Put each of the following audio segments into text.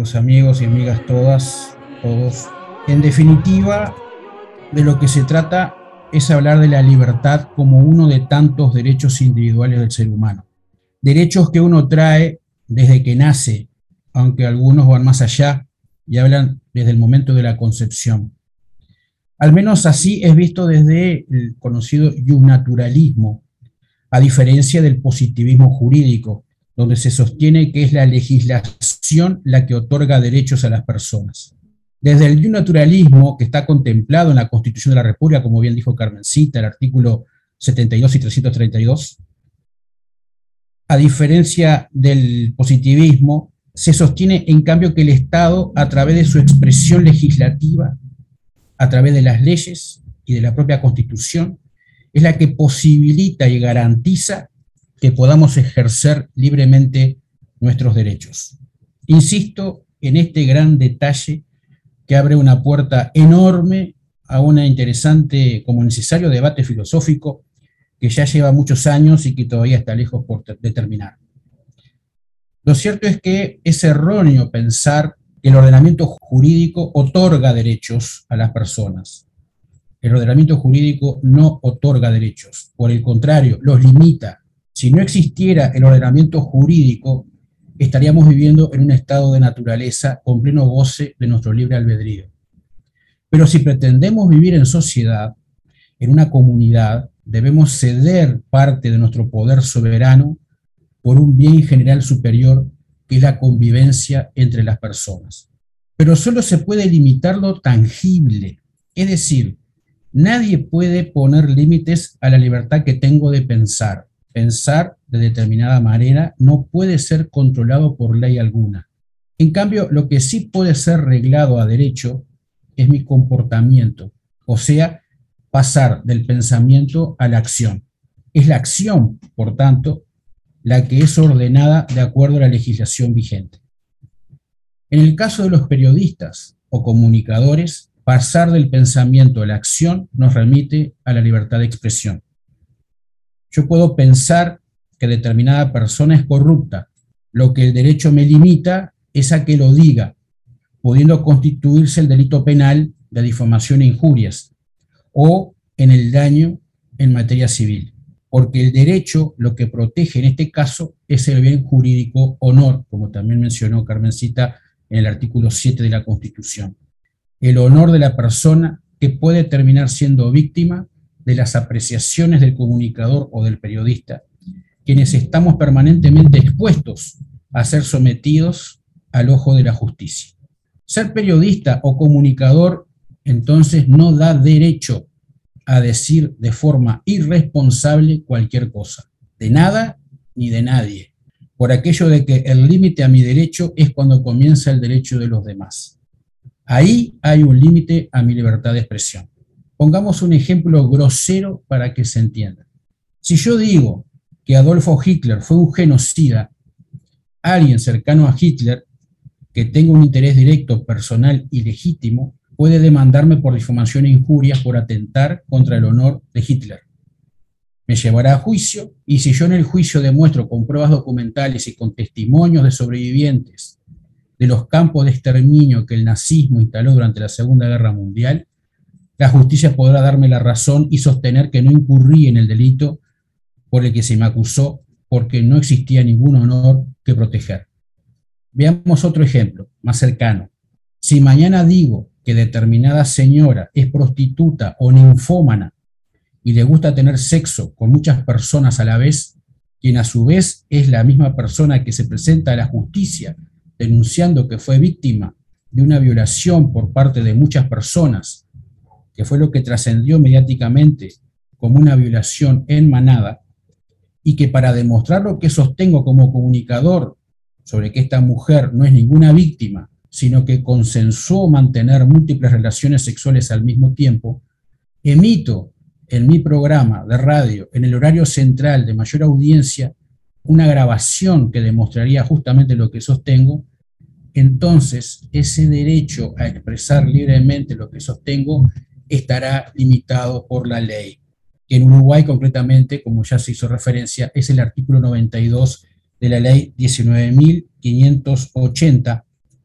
queridos amigos y amigas todas, todos. En definitiva, de lo que se trata es hablar de la libertad como uno de tantos derechos individuales del ser humano. Derechos que uno trae desde que nace, aunque algunos van más allá y hablan desde el momento de la concepción. Al menos así es visto desde el conocido justnaturalismo, a diferencia del positivismo jurídico, donde se sostiene que es la legislación la que otorga derechos a las personas. Desde el justnaturalismo, que está contemplado en la Constitución de la República, como bien dijo Carmencita, el artículo 72 y 332, a diferencia del positivismo, se sostiene en cambio que el Estado, a través de su expresión legislativa, a través de las leyes y de la propia Constitución, es la que posibilita y garantiza que podamos ejercer libremente nuestros derechos. Insisto en este gran detalle que abre una puerta enorme a un interesante, como necesario, debate filosófico que ya lleva muchos años y que todavía está lejos de terminar. Lo cierto es que es erróneo pensar que el ordenamiento jurídico otorga derechos a las personas. El ordenamiento jurídico no otorga derechos, por el contrario, los limita. Si no existiera el ordenamiento jurídico, estaríamos viviendo en un estado de naturaleza con pleno goce de nuestro libre albedrío. Pero si pretendemos vivir en sociedad, en una comunidad, debemos ceder parte de nuestro poder soberano por un bien general superior, que es la convivencia entre las personas. Pero solo se puede limitar lo tangible, es decir, nadie puede poner límites a la libertad que tengo de pensar. Pensar de determinada manera no puede ser controlado por ley alguna. En cambio, lo que sí puede ser reglado a derecho es mi comportamiento, o sea, pasar del pensamiento a la acción. Es la acción, por tanto, la que es ordenada de acuerdo a la legislación vigente. En el caso de los periodistas o comunicadores, pasar del pensamiento a la acción nos remite a la libertad de expresión. Yo puedo pensar que determinada persona es corrupta. Lo que el derecho me limita es a que lo diga, pudiendo constituirse el delito penal de difamación e injurias, o en el daño en materia civil. Porque el derecho lo que protege en este caso es el bien jurídico honor, como también mencionó Carmencita en el artículo 7 de la Constitución. El honor de la persona que puede terminar siendo víctima de las apreciaciones del comunicador o del periodista, quienes estamos permanentemente expuestos a ser sometidos al ojo de la justicia. Ser periodista o comunicador entonces no da derecho a decir de forma irresponsable cualquier cosa, de nada ni de nadie, por aquello de que el límite a mi derecho es cuando comienza el derecho de los demás. Ahí hay un límite a mi libertad de expresión. Pongamos un ejemplo grosero para que se entienda. Si yo digo que Adolfo Hitler fue un genocida, alguien cercano a Hitler, que tenga un interés directo, personal y legítimo, puede demandarme por difamación e injurias por atentar contra el honor de Hitler. Me llevará a juicio, y si yo en el juicio demuestro con pruebas documentales y con testimonios de sobrevivientes de los campos de exterminio que el nazismo instaló durante la Segunda Guerra Mundial, la justicia podrá darme la razón y sostener que no incurrí en el delito por el que se me acusó, porque no existía ningún honor que proteger. Veamos otro ejemplo, más cercano. Si mañana digo que determinada señora es prostituta o ninfómana y le gusta tener sexo con muchas personas a la vez, quien a su vez es la misma persona que se presenta a la justicia denunciando que fue víctima de una violación por parte de muchas personas, que fue lo que trascendió mediáticamente como una violación en manada, y que para demostrar lo que sostengo como comunicador sobre que esta mujer no es ninguna víctima, sino que consensuó mantener múltiples relaciones sexuales al mismo tiempo, emito en mi programa de radio, en el horario central de mayor audiencia, una grabación que demostraría justamente lo que sostengo, entonces ese derecho a expresar libremente lo que sostengo estará limitado por la ley. En Uruguay, concretamente, como ya se hizo referencia, es el artículo 92 de la ley 19.580,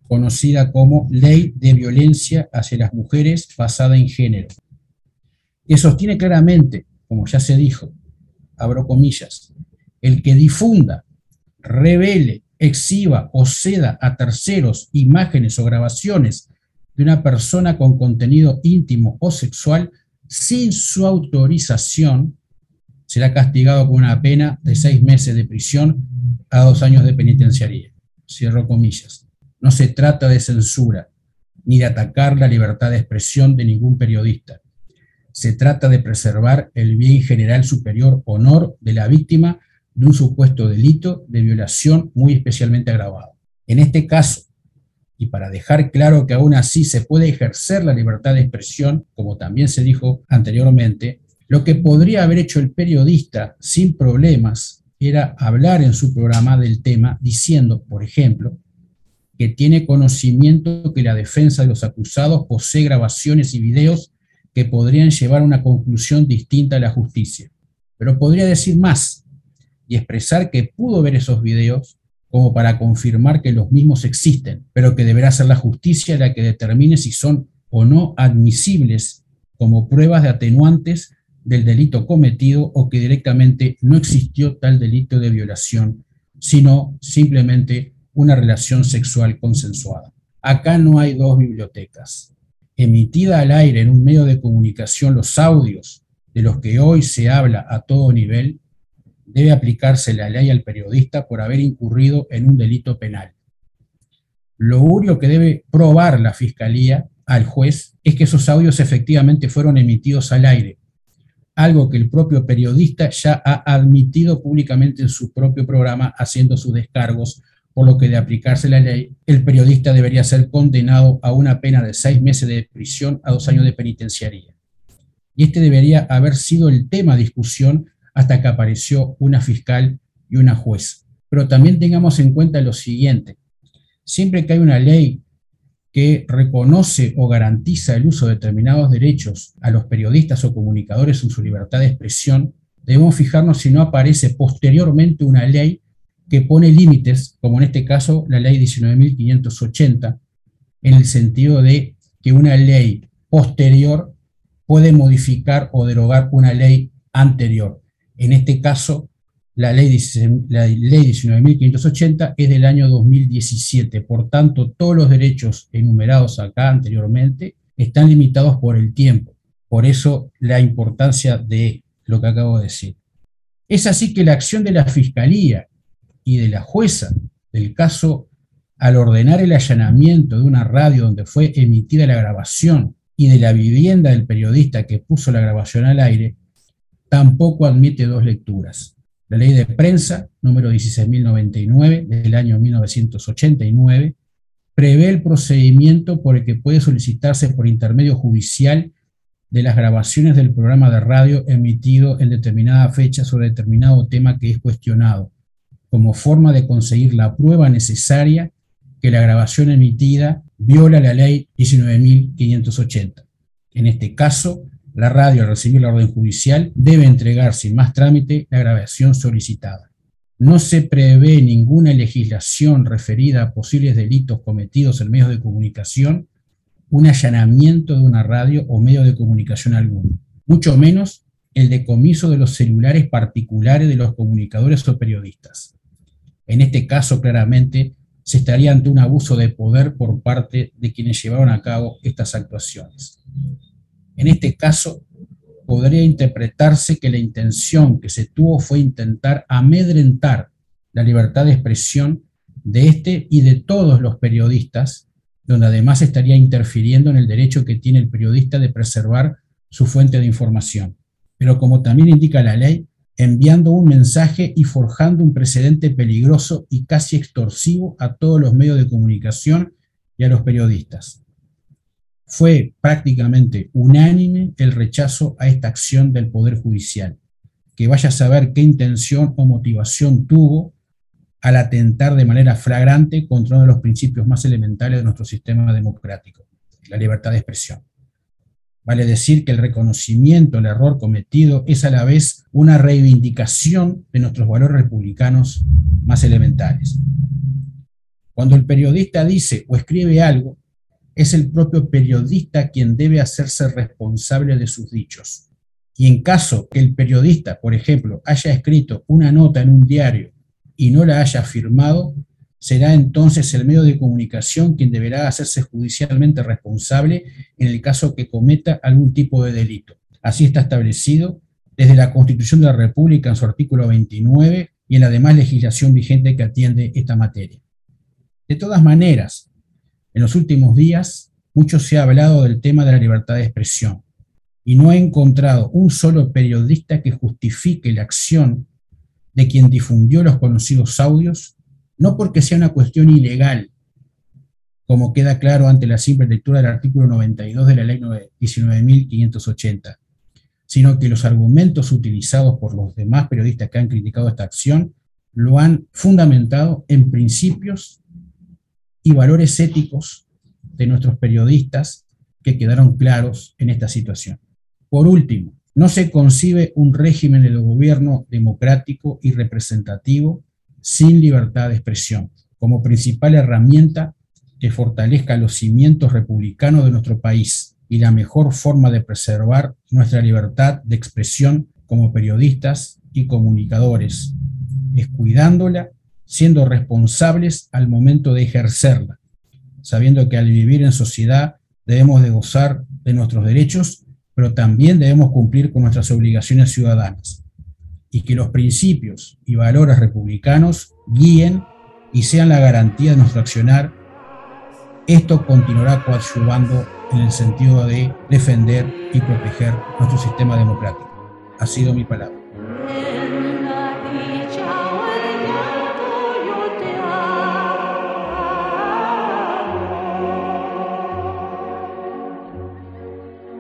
conocida como Ley de Violencia hacia las Mujeres basada en género, que sostiene claramente, como ya se dijo, abro comillas, el que difunda, revele, exhiba o ceda a terceros imágenes o grabaciones de una persona con contenido íntimo o sexual sin su autorización, será castigado con una pena de 6 meses de prisión a 2 años de penitenciaría. Cierro comillas. No se trata de censura, ni de atacar la libertad de expresión de ningún periodista. Se trata de preservar el bien general superior honor de la víctima de un supuesto delito de violación muy especialmente agravado. En este caso, y para dejar claro que aún así se puede ejercer la libertad de expresión, como también se dijo anteriormente, lo que podría haber hecho el periodista sin problemas era hablar en su programa del tema diciendo, por ejemplo, que tiene conocimiento que la defensa de los acusados posee grabaciones y videos que podrían llevar a una conclusión distinta a la justicia. Pero podría decir más y expresar que pudo ver esos videos como para confirmar que los mismos existen, pero que deberá ser la justicia la que determine si son o no admisibles como pruebas de atenuantes del delito cometido o que directamente no existió tal delito de violación, sino simplemente una relación sexual consensuada. Acá no hay dos bibliotecas. Emitida al aire en un medio de comunicación los audios de los que hoy se habla a todo nivel, debe aplicarse la ley al periodista por haber incurrido en un delito penal. Lo único que debe probar la Fiscalía al juez es que esos audios efectivamente fueron emitidos al aire, algo que el propio periodista ya ha admitido públicamente en su propio programa haciendo sus descargos, por lo que de aplicarse la ley, el periodista debería ser condenado a una pena de 6 meses de prisión a 2 años de penitenciaría. Y este debería haber sido el tema de discusión hasta que apareció una fiscal y una juez. Pero también tengamos en cuenta lo siguiente: siempre que hay una ley que reconoce o garantiza el uso de determinados derechos a los periodistas o comunicadores en su libertad de expresión, debemos fijarnos si no aparece posteriormente una ley que pone límites, como en este caso la ley 19.580, en el sentido de que una ley posterior puede modificar o derogar una ley anterior. En este caso, la ley 19.580 es del año 2017, por tanto, todos los derechos enumerados acá anteriormente están limitados por el tiempo. Por eso, la importancia de lo que acabo de decir. Es así que la acción de la Fiscalía y de la jueza del caso, al ordenar el allanamiento de una radio donde fue emitida la grabación y de la vivienda del periodista que puso la grabación al aire, tampoco admite dos lecturas. La ley de prensa, número 16.099, del año 1989, prevé el procedimiento por el que puede solicitarse por intermedio judicial de las grabaciones del programa de radio emitido en determinada fecha sobre determinado tema que es cuestionado, como forma de conseguir la prueba necesaria que la grabación emitida viola la ley 19.580. En este caso, la radio, al recibir la orden judicial, debe entregar sin más trámite la grabación solicitada. No se prevé ninguna legislación referida a posibles delitos cometidos en medios de comunicación, un allanamiento de una radio o medio de comunicación alguno, mucho menos el decomiso de los celulares particulares de los comunicadores o periodistas. En este caso, claramente, se estaría ante un abuso de poder por parte de quienes llevaron a cabo estas actuaciones. En este caso, podría interpretarse que la intención que se tuvo fue intentar amedrentar la libertad de expresión de este y de todos los periodistas, donde además estaría interfiriendo en el derecho que tiene el periodista de preservar su fuente de información. Pero como también indica la ley, enviando un mensaje y forjando un precedente peligroso y casi extorsivo a todos los medios de comunicación y a los periodistas. Fue prácticamente unánime el rechazo a esta acción del Poder Judicial, que vaya a saber qué intención o motivación tuvo al atentar de manera flagrante contra uno de los principios más elementales de nuestro sistema democrático, la libertad de expresión. Vale decir que el reconocimiento del error cometido es a la vez una reivindicación de nuestros valores republicanos más elementales. Cuando el periodista dice o escribe algo, es el propio periodista quien debe hacerse responsable de sus dichos. Y en caso que el periodista, por ejemplo, haya escrito una nota en un diario y no la haya firmado, será entonces el medio de comunicación quien deberá hacerse judicialmente responsable en el caso que cometa algún tipo de delito. Así está establecido desde la Constitución de la República en su artículo 29 y en la demás legislación vigente que atiende esta materia. De todas maneras, en los últimos días, mucho se ha hablado del tema de la libertad de expresión y no he encontrado un solo periodista que justifique la acción de quien difundió los conocidos audios, no porque sea una cuestión ilegal, como queda claro ante la simple lectura del artículo 92 de la ley 19.580, sino que los argumentos utilizados por los demás periodistas que han criticado esta acción lo han fundamentado en principios y valores éticos de nuestros periodistas que quedaron claros en esta situación. Por último, no se concibe un régimen de gobierno democrático y representativo sin libertad de expresión, como principal herramienta que fortalezca los cimientos republicanos de nuestro país y la mejor forma de preservar nuestra libertad de expresión como periodistas y comunicadores, es cuidándola, siendo responsables al momento de ejercerla, sabiendo que al vivir en sociedad debemos de gozar de nuestros derechos, pero también debemos cumplir con nuestras obligaciones ciudadanas, y que los principios y valores republicanos guíen y sean la garantía de nuestro accionar. Esto continuará coadyuvando en el sentido de defender y proteger nuestro sistema democrático. Ha sido mi palabra.